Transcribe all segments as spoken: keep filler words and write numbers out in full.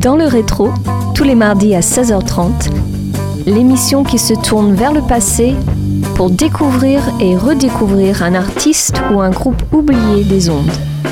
Dans le rétro, tous les mardis à seize heures trente, l'émission qui se tourne vers le passé pour découvrir et redécouvrir un artiste ou un groupe oublié des ondes.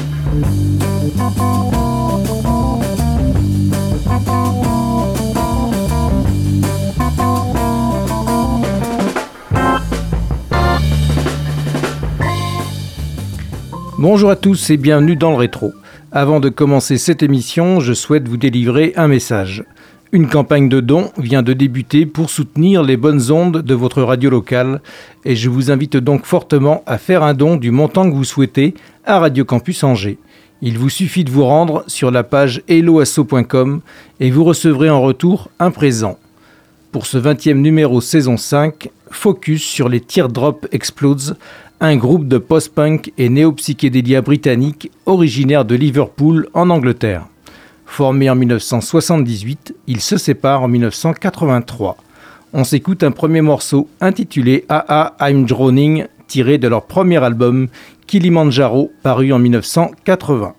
Bonjour à tous et bienvenue dans le rétro. Avant de commencer cette émission, je souhaite vous délivrer un message. Une campagne de dons vient de débuter pour soutenir les bonnes ondes de votre radio locale et je vous invite donc fortement à faire un don du montant que vous souhaitez à Radio Campus Angers. Il vous suffit de vous rendre sur la page hello asso point com et vous recevrez en retour un présent. Pour ce vingtième numéro saison cinq, focus sur les Teardrop Explodes, un groupe de post-punk et néo-psychédélia britannique originaire de Liverpool en Angleterre. Formé en dix-neuf cent soixante-dix-huit, il se sépare en dix-neuf cent quatre-vingt-trois. On s'écoute un premier morceau intitulé A A I'm Drowning, tiré de leur premier album Kilimanjaro, paru en dix-neuf cent quatre-vingts.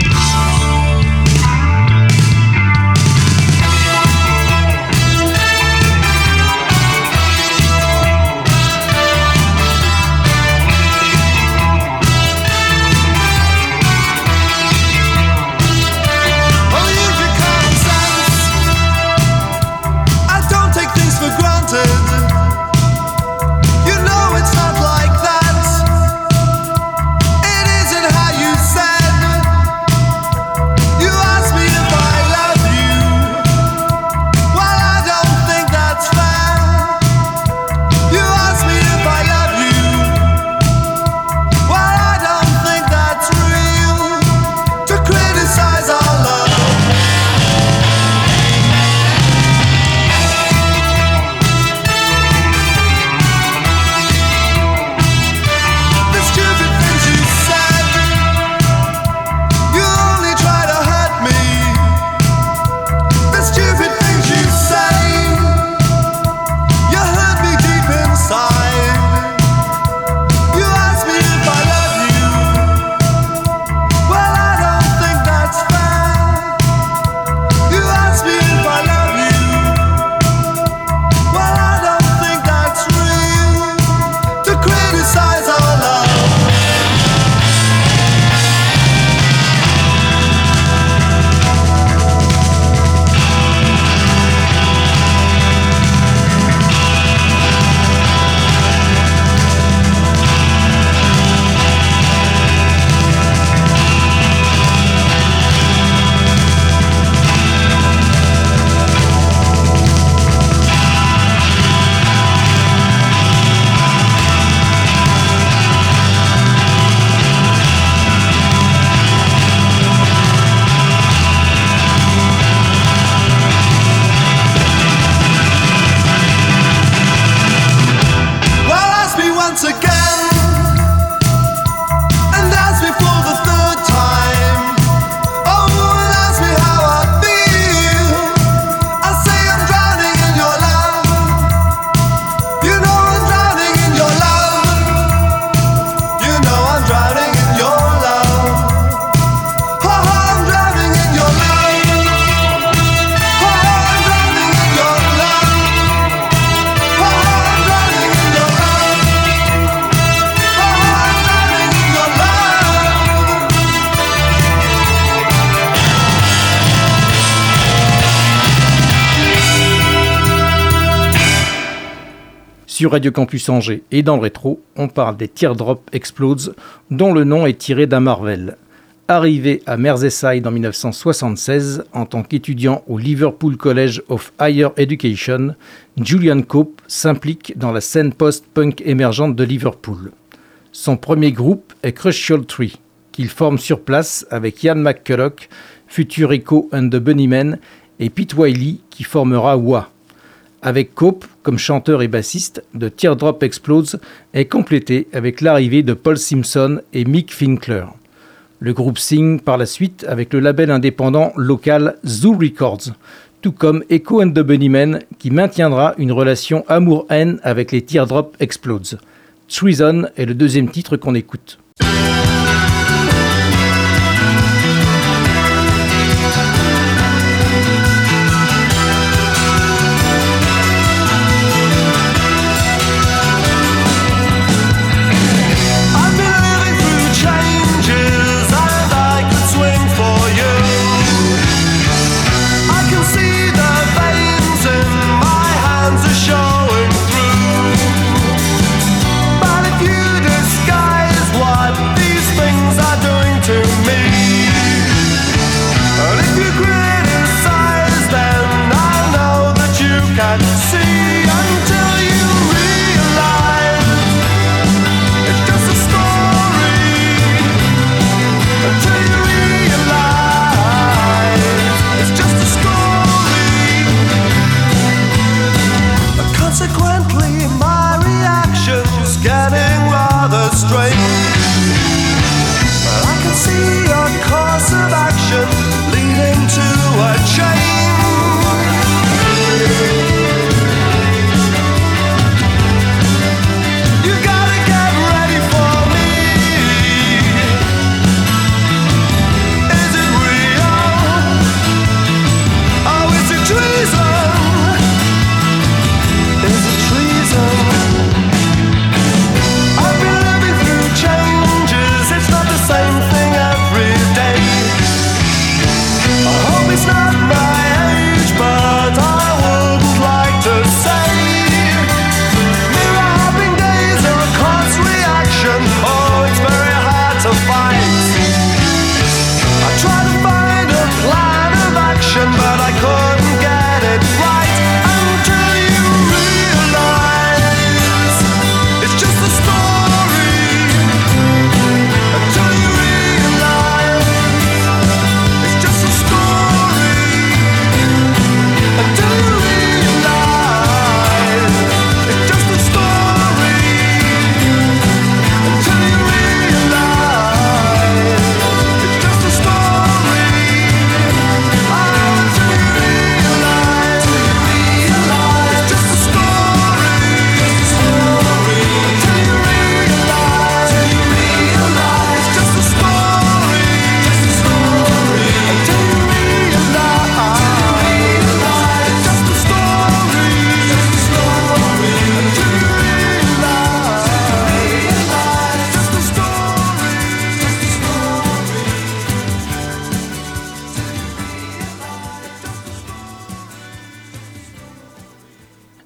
Sur Radio Campus Angers et dans le rétro, on parle des Teardrop Explodes, dont le nom est tiré d'un Marvel. Arrivé à Merseyside en dix-neuf cent soixante-seize en tant qu'étudiant au Liverpool College of Higher Education, Julian Cope s'implique dans la scène post-punk émergente de Liverpool. Son premier groupe est Crucial Tree, qu'il forme sur place avec Ian McCulloch, futur Echo and the Bunnymen, et Pete Wiley, qui formera W A. Avec Cope comme chanteur et bassiste, The Teardrop Explodes est complété avec l'arrivée de Paul Simpson et Mick Finkler. Le groupe signe par la suite avec le label indépendant local Zoo Records, tout comme Echo and the Bunnymen qui maintiendra une relation amour-haine avec les Teardrop Explodes. Treason est le deuxième titre qu'on écoute.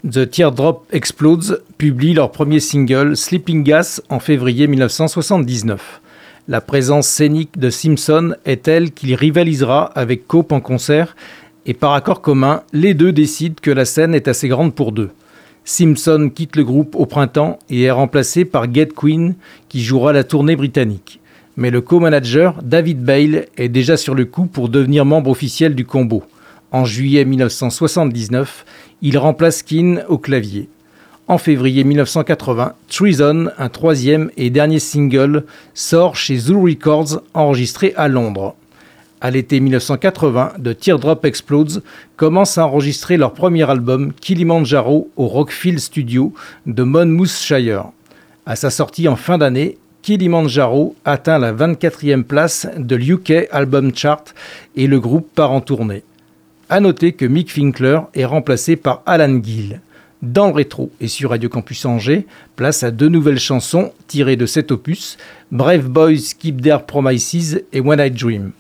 The Teardrop Explodes publie leur premier single Sleeping Gas en février dix-neuf cent soixante-dix-neuf. La présence scénique de Simpson est telle qu'il rivalisera avec Cope en concert et par accord commun, les deux décident que la scène est assez grande pour deux. Simpson quitte le groupe au printemps et est remplacé par Get Queen qui jouera la tournée britannique. Mais le co-manager David Bale est déjà sur le coup pour devenir membre officiel du combo. En juillet dix-neuf cent soixante-dix-neuf, il remplace Keane au clavier. En février dix-neuf cent quatre-vingts, Treason, un troisième et dernier single, sort chez Zoo Records, enregistré à Londres. À l'été dix-neuf cent quatre-vingts, The Teardrop Explodes commence à enregistrer leur premier album, Kilimanjaro, au Rockfield Studio de Monmouthshire. À sa sortie en fin d'année, Kilimanjaro atteint la vingt-quatrième place de l'U K Album Chart et le groupe part en tournée. À noter que Mick Finkler est remplacé par Alan Gill. Dans le rétro et sur Radio Campus Angers, place à deux nouvelles chansons tirées de cet opus, Brave Boys Keep Their Promises et When I Dream.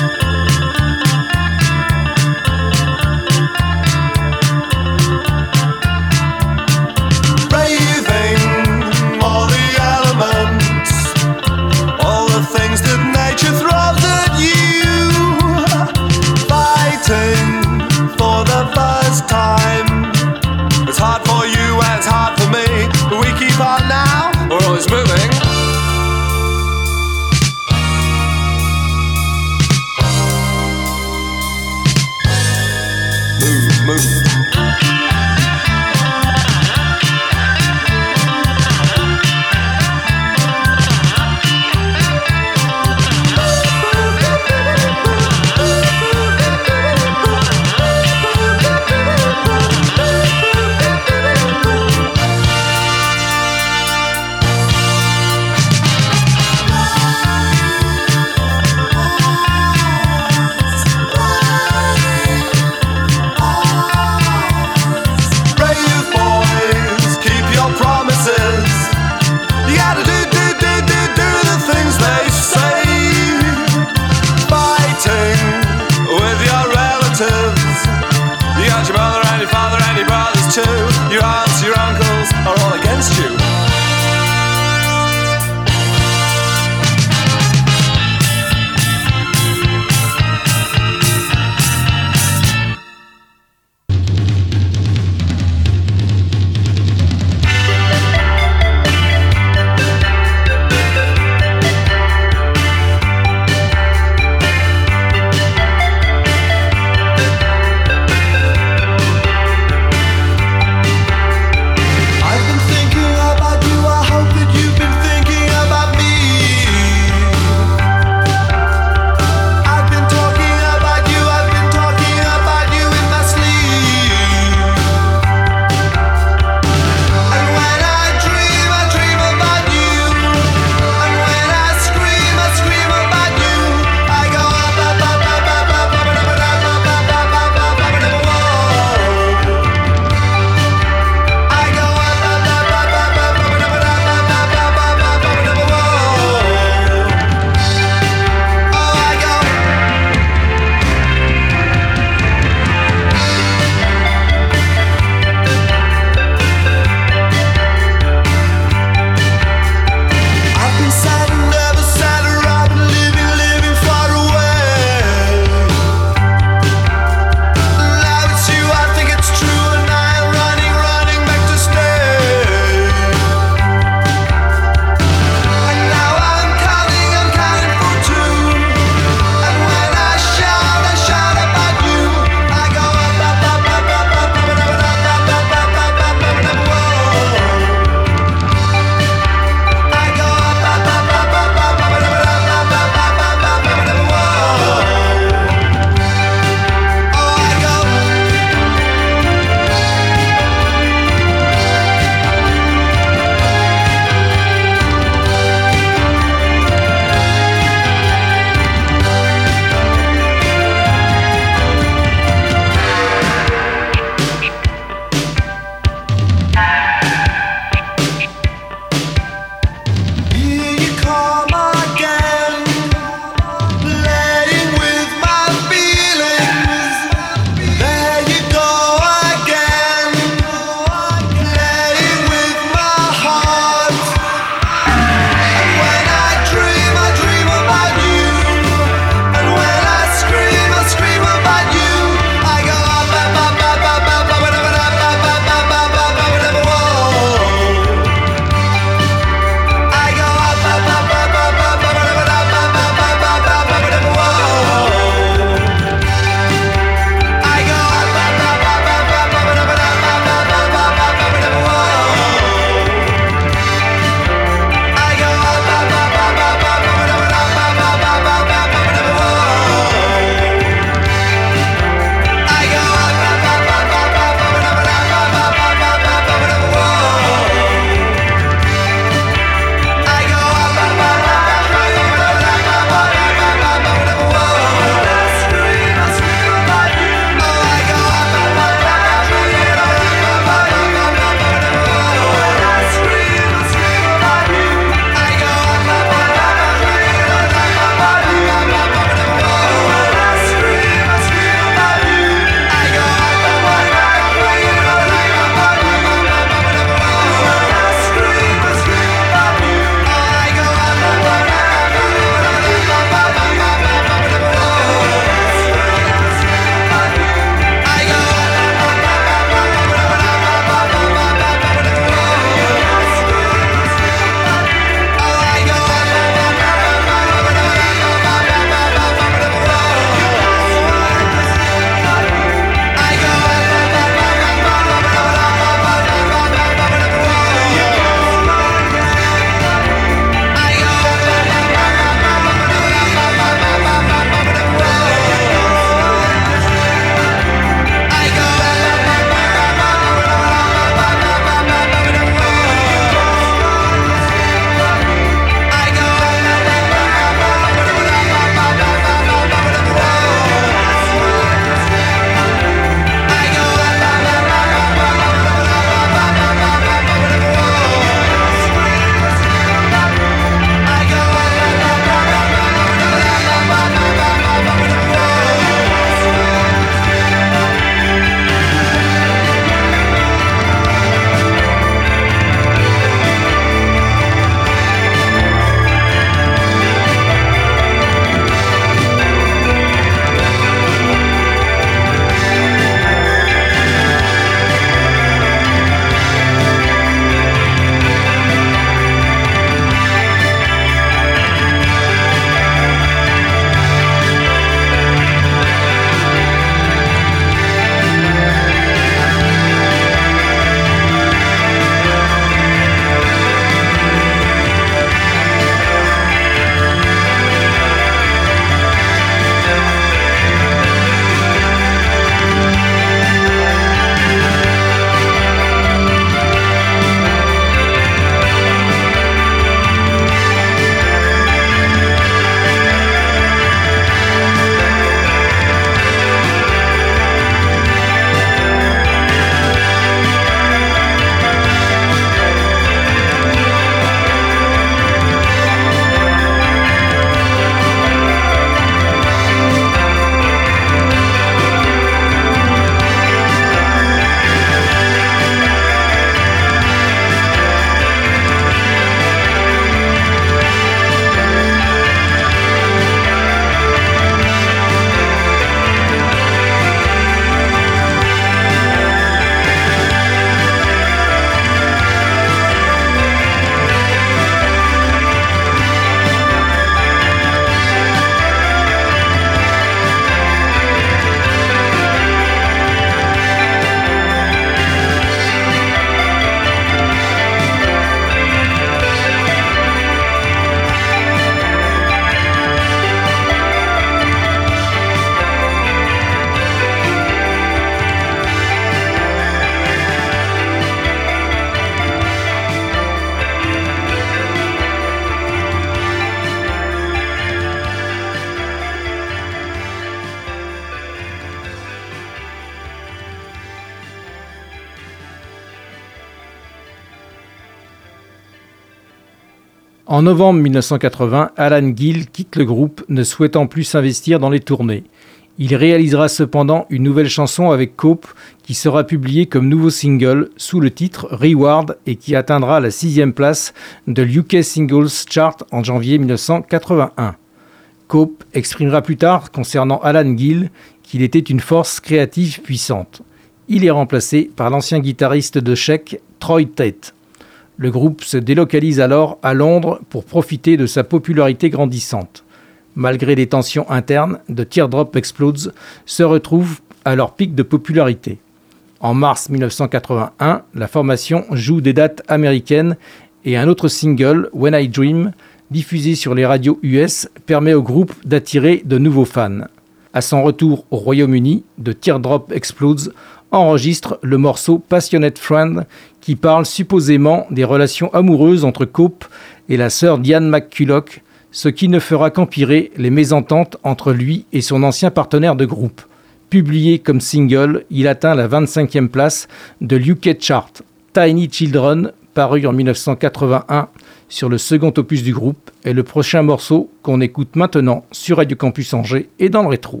En novembre mille neuf cent quatre-vingts, Alan Gill quitte le groupe, ne souhaitant plus s'investir dans les tournées. Il réalisera cependant une nouvelle chanson avec Cope qui sera publiée comme nouveau single sous le titre Reward et qui atteindra la sixième place de l'U K Singles Chart en janvier mille neuf cent quatre-vingt-un. Cope exprimera plus tard concernant Alan Gill qu'il était une force créative puissante. Il est remplacé par l'ancien guitariste de Check, Troy Tate. Le groupe se délocalise alors à Londres pour profiter de sa popularité grandissante. Malgré les tensions internes, The Teardrop Explodes se retrouve à leur pic de popularité. En mars mille neuf cent quatre-vingt-un, la formation joue des dates américaines et un autre single, When I Dream, diffusé sur les radios U S, permet au groupe d'attirer de nouveaux fans. À son retour au Royaume-Uni, The Teardrop Explodes enregistre le morceau Passionate Friend qui parle supposément des relations amoureuses entre Cope et la sœur Diane McCulloch, ce qui ne fera qu'empirer les mésententes entre lui et son ancien partenaire de groupe. Publié comme single, il atteint la vingt-cinquième place de l'U K Chart. Tiny Children, paru en mille neuf cent quatre-vingt-un sur le second opus du groupe, est le prochain morceau qu'on écoute maintenant sur Radio Campus Angers et dans le rétro.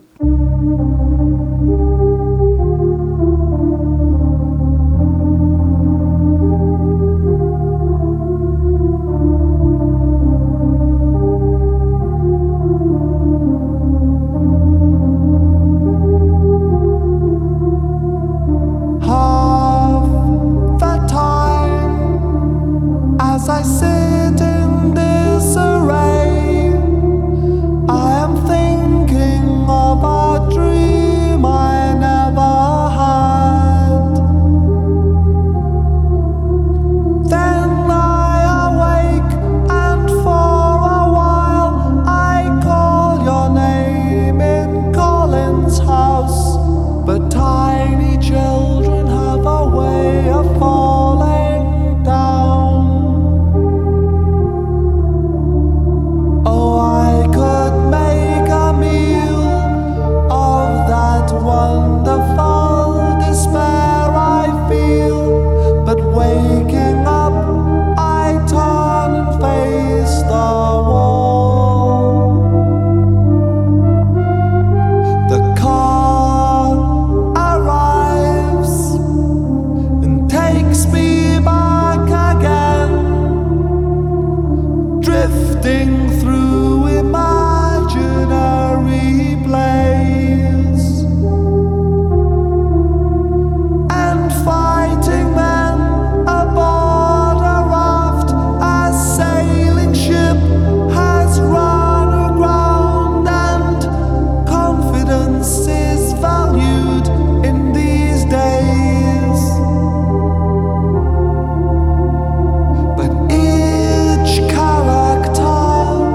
But each character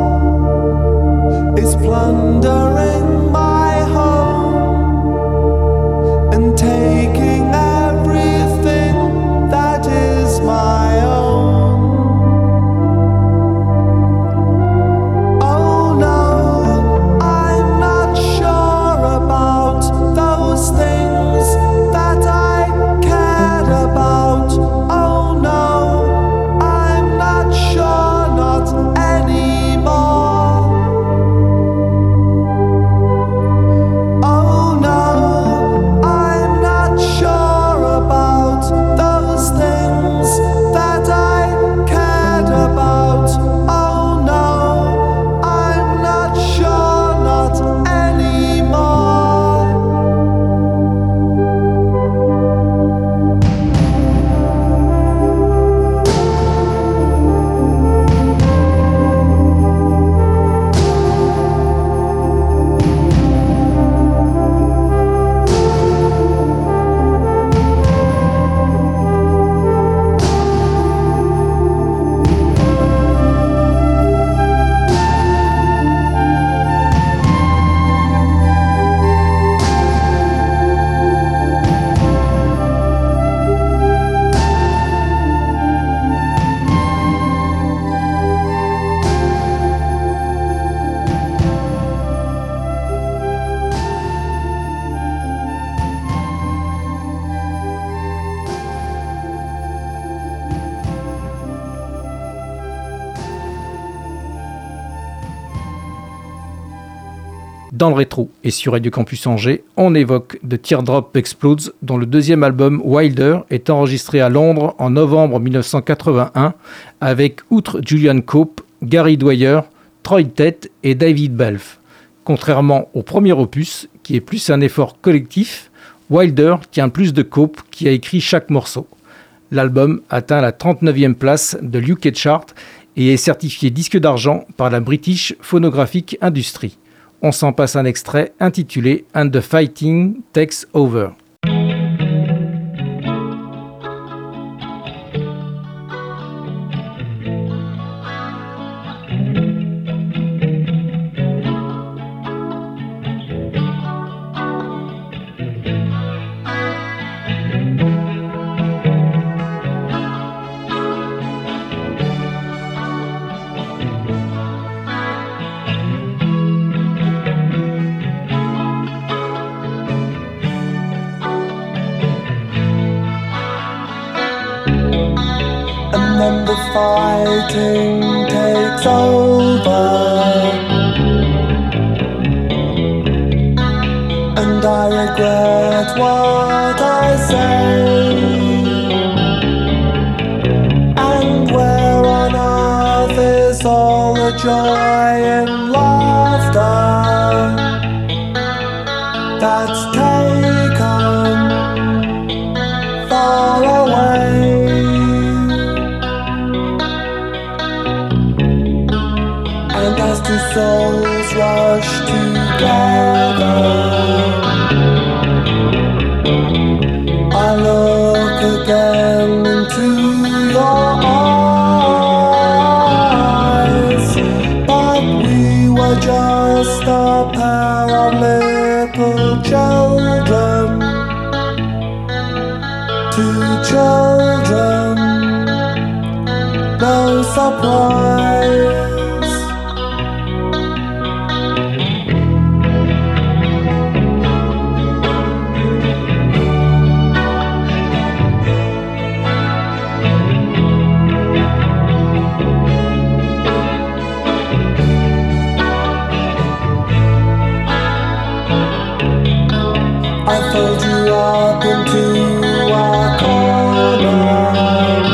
Dans le rétro et sur Radio Campus Angers, on évoque The Teardrop Explodes, dont le deuxième album Wilder est enregistré à Londres en novembre dix-neuf cent quatre-vingt-un avec, outre Julian Cope, Gary Dwyer, Troy Tate et David Balfe. Contrairement au premier opus, qui est plus un effort collectif, Wilder tient plus de Cope qui a écrit chaque morceau. L'album atteint la trente-neuvième place de l'U K Chart et est certifié disque d'argent par la British Phonographic Industry. On s'en passe un extrait intitulé « And the Fighting Takes Over ». And the fighting takes over, and I regret what I say. And where on earth is all the joy and laughter that's taken far away? And as two souls rush together, I look again into your eyes, but we were just a pair of little children, two children, no surprise. I fold you up into a corner,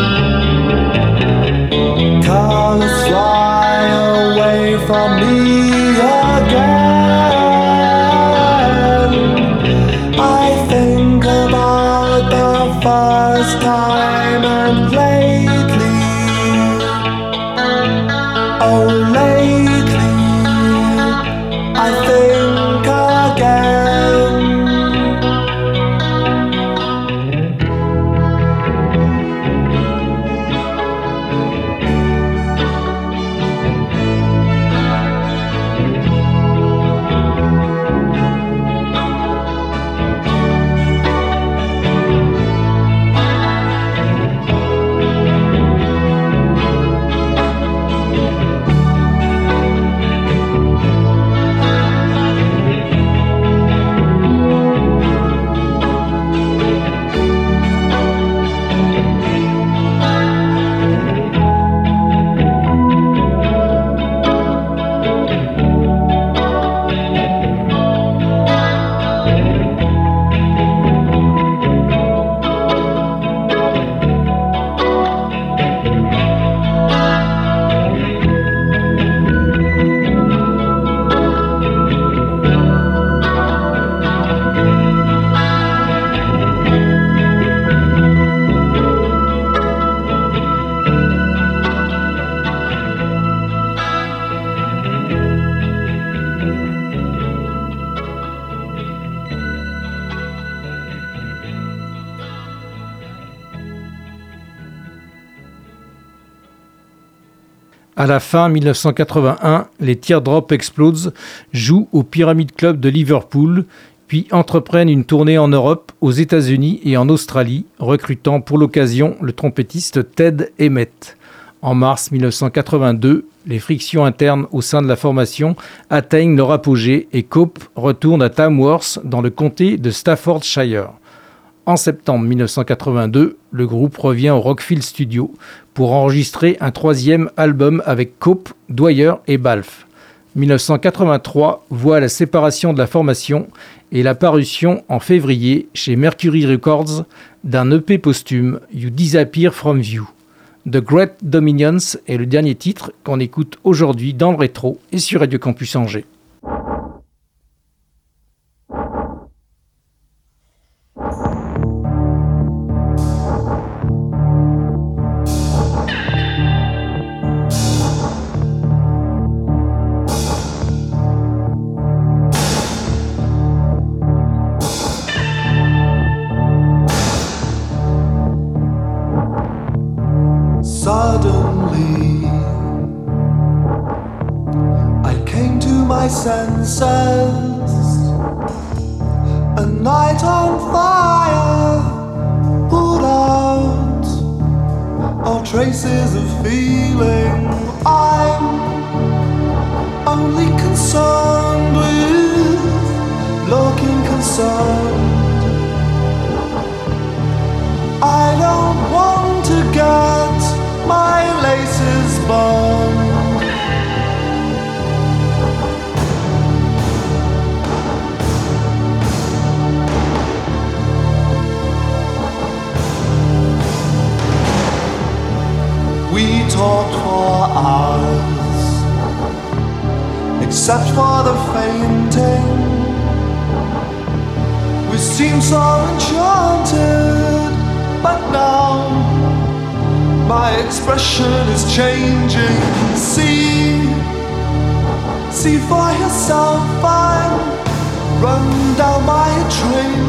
colors fly away from me again. I think about the first time and lately, oh lately, I think again. À la fin dix-neuf cent quatre-vingt-un, les Teardrop Explodes jouent au Pyramid Club de Liverpool, puis entreprennent une tournée en Europe, aux États-Unis et en Australie, recrutant pour l'occasion le trompettiste Ted Emmett. En mars dix-neuf cent quatre-vingt-deux, les frictions internes au sein de la formation atteignent leur apogée et Cope retourne à Tamworth dans le comté de Staffordshire. En septembre dix-neuf cent quatre-vingt-deux, le groupe revient au Rockfield Studio pour enregistrer un troisième album avec Cope, Dwyer et Balfe. dix-neuf cent quatre-vingt-trois voit la séparation de la formation et la parution en février chez Mercury Records d'un E P posthume, You Disappear From View. The Great Dominions est le dernier titre qu'on écoute aujourd'hui dans le rétro et sur Radio Campus Angers. Suddenly, I came to my senses. A night on fire put out all traces of feeling. I'm only concerned with looking concerned. I don't want to get my laces burned. We talked for hours, except for the fainting. We seemed so enchanted, but now my expression is changing. See, see for yourself, I'm run down by a train.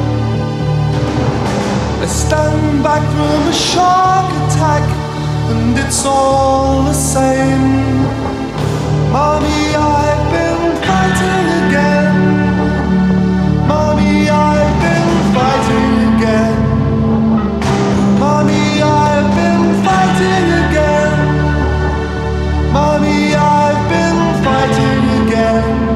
I stand back from a shark attack, and it's all the same. Mommy, I've been fighting again. Mommy, I've been fighting again. Mommy, I've been fighting again. Mommy, I've been fighting again.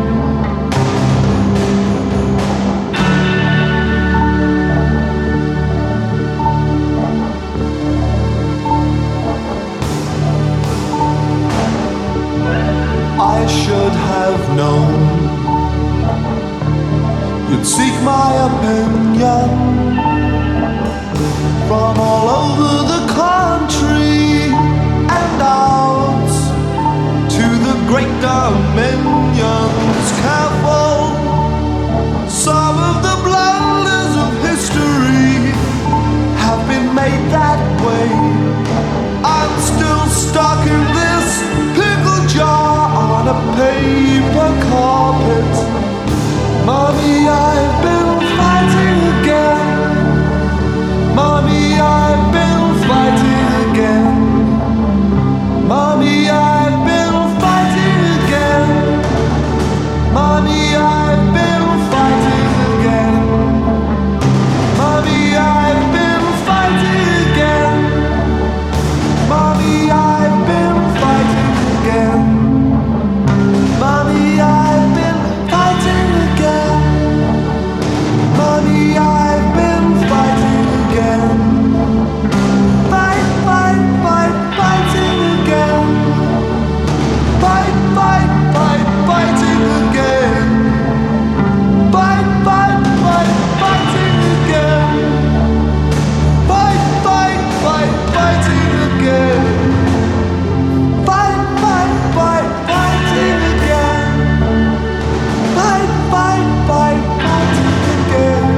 I should have known you'd seek my opinion from all over the country and out to the great dominions. Careful, some of the blunders of history have been made that way. I'm still stuck in this pickle jar on a paper carpet. Mommy, I've been fighting again. Mommy, I've been fighting again. Mommy, I've been fighting again. Mommy, I've been fighting again. Mommy, I've been fighting again. Mommy, I've been fighting again. Mommy, I've been fighting again. Mommy, I've been fighting again. Fight, fight, fight, fighting again. Fight, fight, fight, fighting again. Fight, fight, fight, fighting again. Fight, fight, fight, fighting again. Fight, fight, fight, fighting again. Fight, fight, fight, fighting again.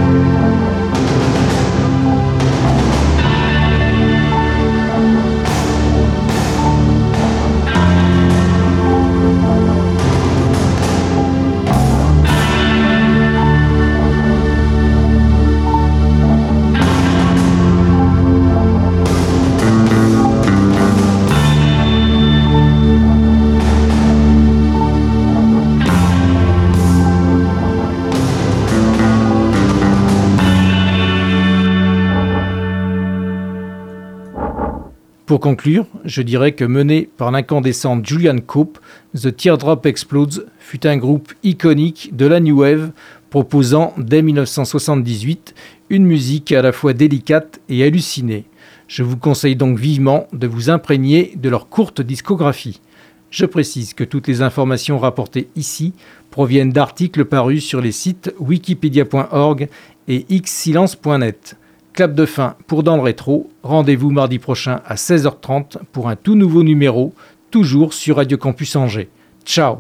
Pour conclure, je dirais que mené par l'incandescente Julian Cope, The Teardrop Explodes fut un groupe iconique de la New Wave proposant dès dix-neuf cent soixante-dix-huit une musique à la fois délicate et hallucinée. Je vous conseille donc vivement de vous imprégner de leur courte discographie. Je précise que toutes les informations rapportées ici proviennent d'articles parus sur les sites wikipedia point org et xsilence point net. Clap de fin pour Dans le Rétro. Rendez-vous mardi prochain à seize heures trente pour un tout nouveau numéro, toujours sur Radio Campus Angers. Ciao.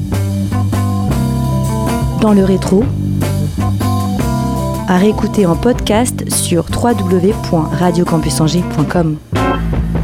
Dans le Rétro, à réécouter en podcast sur w w w point radio campus angers point com.